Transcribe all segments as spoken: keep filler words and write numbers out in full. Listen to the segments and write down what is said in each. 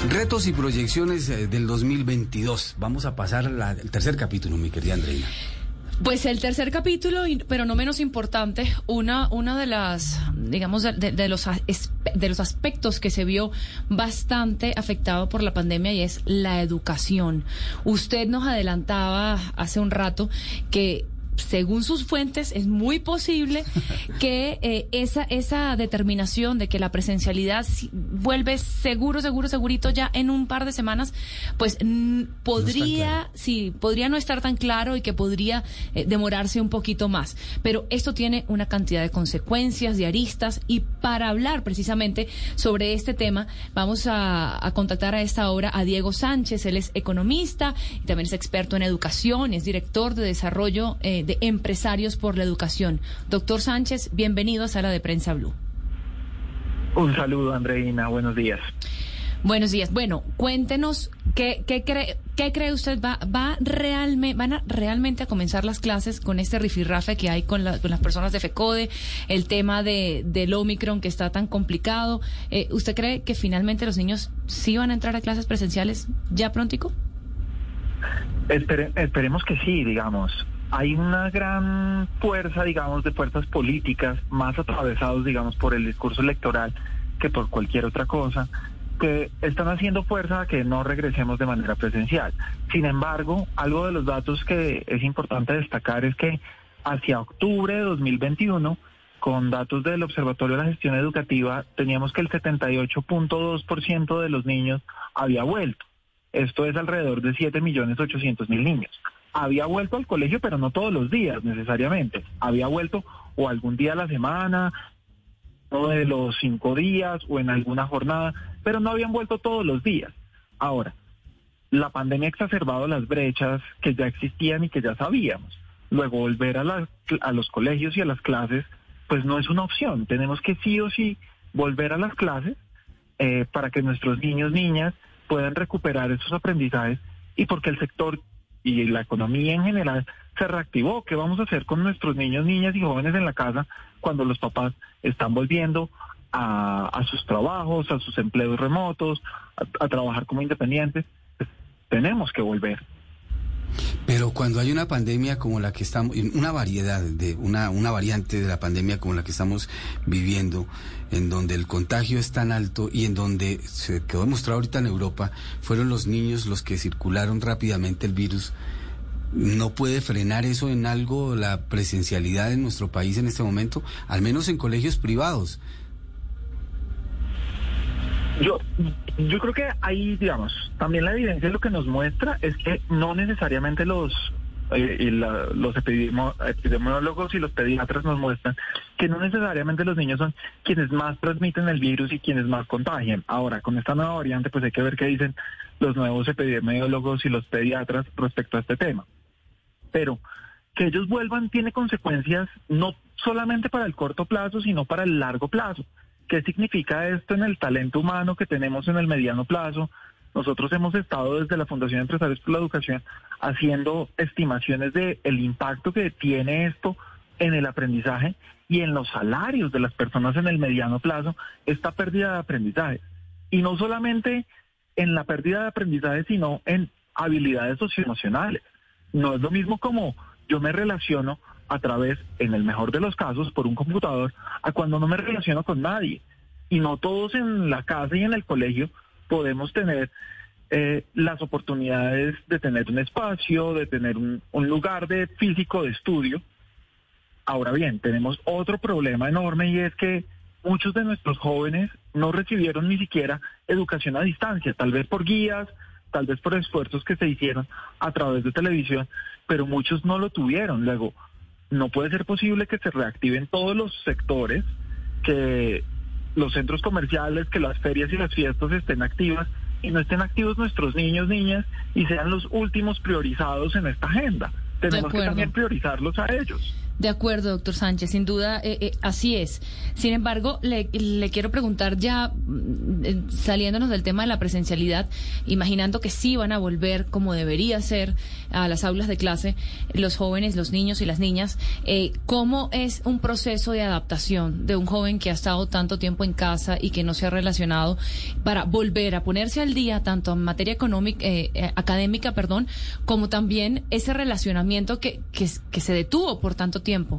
Retos y proyecciones eh, del dos mil veintidós. Vamos a pasar al tercer capítulo, mi querida Andreina. Pues el tercer capítulo, pero no menos importante, una una de las, digamos, de, de los de los aspectos que se vio bastante afectado por la pandemia y es la educación. Usted nos adelantaba hace un rato que, según sus fuentes, es muy posible que eh, esa esa determinación de que la presencialidad vuelve seguro, seguro, segurito ya en un par de semanas, pues n- podría, no claro. sí, podría no estar tan claro y que podría eh, demorarse un poquito más. Pero esto tiene una cantidad de consecuencias, de aristas, y para hablar precisamente sobre este tema, vamos a, a contactar a esta hora a Diego Sánchez. Él es economista y también es experto en educación, es director de desarrollo eh, de Empresarios por la Educación. Doctor Sánchez, bienvenido a Sala de Prensa Blue. Un saludo, Andreina, buenos días. Buenos días. Bueno, cuéntenos qué, qué cree, qué cree usted, va, va realmente, van a realmente a comenzar las clases con este rifirrafe que hay con, la, con las personas de FECODE, el tema de del Omicron que está tan complicado. Eh, ¿Usted cree que finalmente los niños sí van a entrar a clases presenciales ya prontico? Espere, esperemos que sí, digamos. Hay una gran fuerza, digamos, de fuerzas políticas, más atravesados, digamos, por el discurso electoral que por cualquier otra cosa, que están haciendo fuerza a que no regresemos de manera presencial. Sin embargo, algo de los datos que es importante destacar es que hacia octubre de dos mil veintiuno, con datos del Observatorio de la Gestión Educativa, teníamos que el setenta y ocho punto dos por ciento de los niños había vuelto. Esto es alrededor de siete millones ochocientos mil niños. Había vuelto al colegio, pero no todos los días necesariamente. Había vuelto o algún día a la semana, o de los cinco días, o en alguna jornada, pero no habían vuelto todos los días. Ahora, la pandemia ha exacerbado las brechas que ya existían y que ya sabíamos. Luego, volver a, la, a los colegios y a las clases, pues no es una opción. Tenemos que sí o sí volver a las clases eh, para que nuestros niños, niñas, puedan recuperar esos aprendizajes y porque el sector y la economía en general se reactivó. ¿Qué vamos a hacer con nuestros niños, niñas y jóvenes en la casa cuando los papás están volviendo a, a sus trabajos, a sus empleos remotos, a, a trabajar como independientes? Pues, tenemos que volver. Pero cuando hay una pandemia como la que estamos, una variedad de una una variante de la pandemia como la que estamos viviendo, en donde el contagio es tan alto y en donde se quedó demostrado ahorita en Europa, fueron los niños los que circularon rápidamente el virus. ¿No puede frenar eso en algo la presencialidad en nuestro país en este momento, al menos en colegios privados? Yo yo creo que ahí, digamos, también la evidencia lo que nos muestra es que no necesariamente los eh, y la, los epidemo, epidemiólogos y los pediatras nos muestran que no necesariamente los niños son quienes más transmiten el virus y quienes más contagian. Ahora, con esta nueva variante, pues hay que ver qué dicen los nuevos epidemiólogos y los pediatras respecto a este tema. Pero que ellos vuelvan tiene consecuencias no solamente para el corto plazo, sino para el largo plazo. ¿Qué significa esto en el talento humano que tenemos en el mediano plazo? Nosotros hemos estado desde la Fundación Empresarios por la Educación haciendo estimaciones de el impacto que tiene esto en el aprendizaje y en los salarios de las personas en el mediano plazo, esta pérdida de aprendizaje. Y no solamente en la pérdida de aprendizaje, sino en habilidades socioemocionales. No es lo mismo como yo me relaciono a través, en el mejor de los casos, por un computador, a cuando no me relaciono con nadie. Y no todos en la casa y en el colegio podemos tener eh, las oportunidades de tener un espacio, de tener un, un lugar de físico de estudio. Ahora bien, tenemos otro problema enorme y es que muchos de nuestros jóvenes no recibieron ni siquiera educación a distancia, tal vez por guías, tal vez por esfuerzos que se hicieron a través de televisión, pero muchos no lo tuvieron. Luego, no puede ser posible que se reactiven todos los sectores, que los centros comerciales, que las ferias y las fiestas estén activas y no estén activos nuestros niños, niñas y sean los últimos priorizados en esta agenda. Tenemos que también priorizarlos a ellos. De acuerdo, doctor Sánchez, sin duda eh, eh, así es. Sin embargo, le, le quiero preguntar ya, eh, saliéndonos del tema de la presencialidad, imaginando que sí van a volver como debería ser a las aulas de clase, los jóvenes, los niños y las niñas, eh, ¿cómo es un proceso de adaptación de un joven que ha estado tanto tiempo en casa y que no se ha relacionado para volver a ponerse al día tanto en materia económica, eh, eh, académica, perdón, como también ese relacionamiento que, que, que se detuvo por tanto tiempo?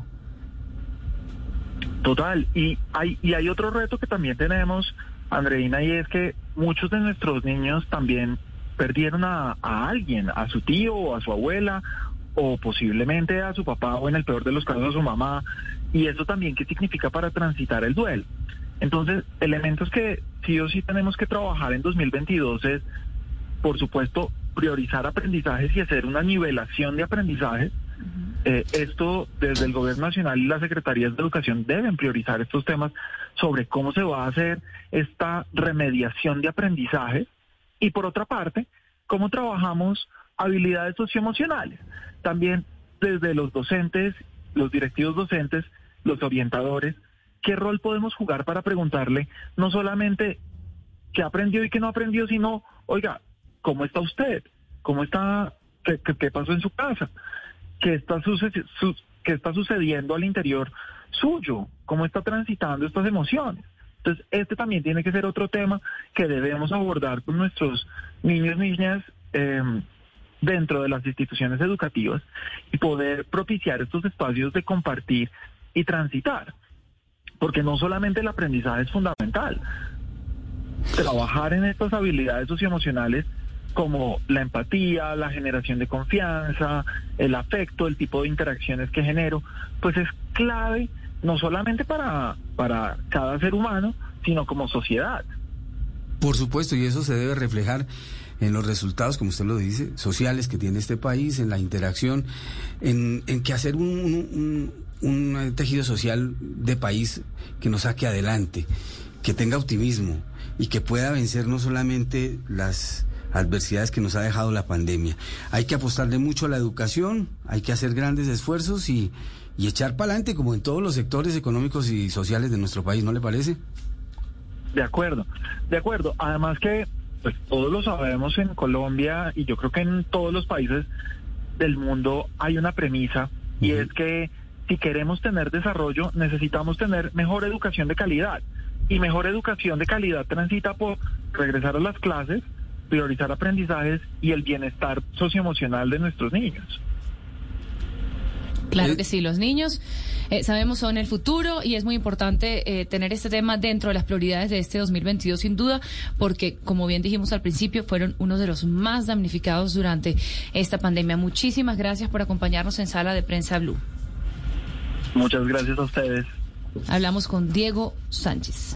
Total, y hay y hay otro reto que también tenemos, Andreina, y es que muchos de nuestros niños también perdieron a, a alguien, a su tío o a su abuela, o posiblemente a su papá, o en el peor de los casos a su mamá, y eso también qué significa para transitar el duelo. Entonces, elementos que sí o sí tenemos que trabajar en dos mil veintidós es, por supuesto, priorizar aprendizajes y hacer una nivelación de aprendizajes. Eh, esto desde el Gobierno Nacional y las Secretarías de Educación deben priorizar estos temas sobre cómo se va a hacer esta remediación de aprendizaje, y por otra parte, cómo trabajamos habilidades socioemocionales. También desde los docentes, los directivos docentes, los orientadores, qué rol podemos jugar para preguntarle no solamente qué aprendió y qué no aprendió, sino, oiga, ¿cómo está usted? ¿Cómo está? ¿Qué, qué, qué pasó en su casa? ¿Qué está, suce- su- ¿Qué está sucediendo al interior suyo? ¿Cómo está transitando estas emociones? Entonces, este también tiene que ser otro tema que debemos abordar con nuestros niños y niñas eh, dentro de las instituciones educativas, y poder propiciar estos espacios de compartir y transitar. Porque no solamente el aprendizaje es fundamental. Trabajar en estas habilidades socioemocionales como la empatía, la generación de confianza, el afecto, el tipo de interacciones que genero, pues es clave no solamente para, para cada ser humano, sino como sociedad. Por supuesto, y eso se debe reflejar en los resultados, como usted lo dice, sociales que tiene este país, en la interacción, en, en que hacer un, un, un, un tejido social de país que nos saque adelante, que tenga optimismo y que pueda vencer no solamente las adversidades que nos ha dejado la pandemia. Hay que apostarle mucho a la educación, hay que hacer grandes esfuerzos y, y echar para adelante, como en todos los sectores económicos y sociales de nuestro país, ¿no le parece? De acuerdo, de acuerdo. Además que, pues todos lo sabemos, en Colombia y yo creo que en todos los países del mundo hay una premisa, y uh-huh. es que si queremos tener desarrollo necesitamos tener mejor educación de calidad, y mejor educación de calidad transita por regresar a las clases, priorizar aprendizajes y el bienestar socioemocional de nuestros niños. Claro que sí, los niños, eh, sabemos, son el futuro, y es muy importante eh, tener este tema dentro de las prioridades de este dos mil veintidós, sin duda, porque, como bien dijimos al principio, fueron uno de los más damnificados durante esta pandemia. Muchísimas gracias por acompañarnos en Sala de Prensa Blue. Muchas gracias a ustedes. Hablamos con Diego Sánchez.